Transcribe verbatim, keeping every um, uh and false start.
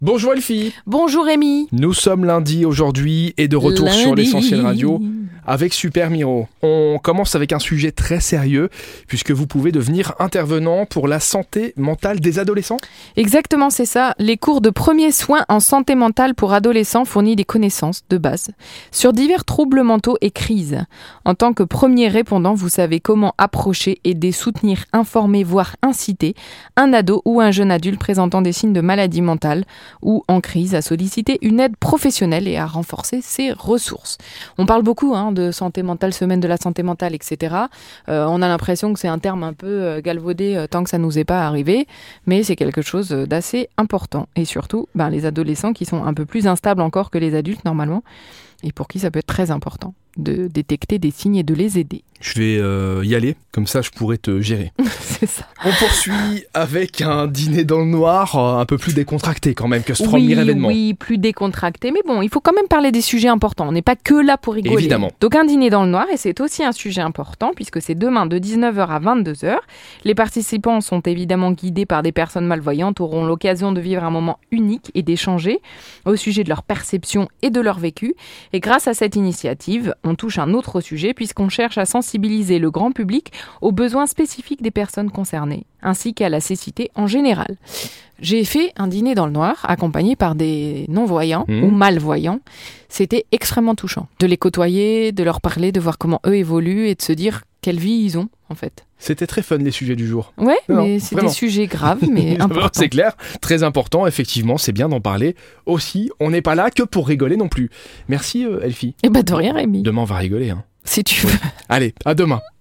Bonjour Elfie. Bonjour Rémi. Nous sommes lundi aujourd'hui et de retour lundi. sur l'Essentiel Radio avec Super Miro. On commence avec un sujet très sérieux puisque vous pouvez devenir intervenant pour la santé mentale des adolescents. Exactement, c'est ça. Les cours de premiers soins en santé mentale pour adolescents fournissent des connaissances de base sur divers troubles mentaux et crises. En tant que premier répondant, vous savez comment approcher, aider, soutenir, informer, voire inciter un ado ou un jeune adulte présentant des signes de maladie mentale ou en crise à solliciter une aide professionnelle et à renforcer ses ressources. On parle beaucoup hein, de santé mentale, semaine de la santé mentale, et cetera. Euh, on a l'impression que c'est un terme un peu euh, galvaudé euh, tant que ça ne nous est pas arrivé, mais c'est quelque chose d'assez important. Et surtout, ben, les adolescents qui sont un peu plus instables encore que les adultes normalement, et pour qui ça peut être très important de détecter des signes et de les aider. Je vais euh, y aller, comme ça je pourrais te gérer. C'est ça. On poursuit avec un dîner dans le noir, euh, un peu plus décontracté quand même que ce oui, premier événement. Oui, plus décontracté, mais bon, il faut quand même parler des sujets importants. On n'est pas que là pour rigoler. Évidemment. Donc un dîner dans le noir, et c'est aussi un sujet important, puisque c'est demain de dix-neuf heures à vingt-deux heures. Les participants sont évidemment guidés par des personnes malvoyantes, auront l'occasion de vivre un moment unique et d'échanger au sujet de leur perception et de leur vécu. Et grâce à cette initiative, on touche un autre sujet, puisqu'on cherche à sensibiliser le grand public aux besoins spécifiques des personnes concernées, ainsi qu'à la cécité en général. J'ai fait un dîner dans le noir, accompagné par des non-voyants mmh. ou malvoyants. C'était extrêmement touchant de les côtoyer, de leur parler, de voir comment eux évoluent et de se dire quelle vie ils ont, en fait. C'était très fun, les sujets du jour. Ouais, non, mais non, c'est vraiment. des sujets graves, mais importants. C'est clair, très important, effectivement, c'est bien d'en parler. Aussi, on n'est pas là que pour rigoler non plus. Merci, euh, Elfie. Eh ben de rien, Rémi. Demain, on va rigoler. Hein. Si tu veux. Allez, à demain.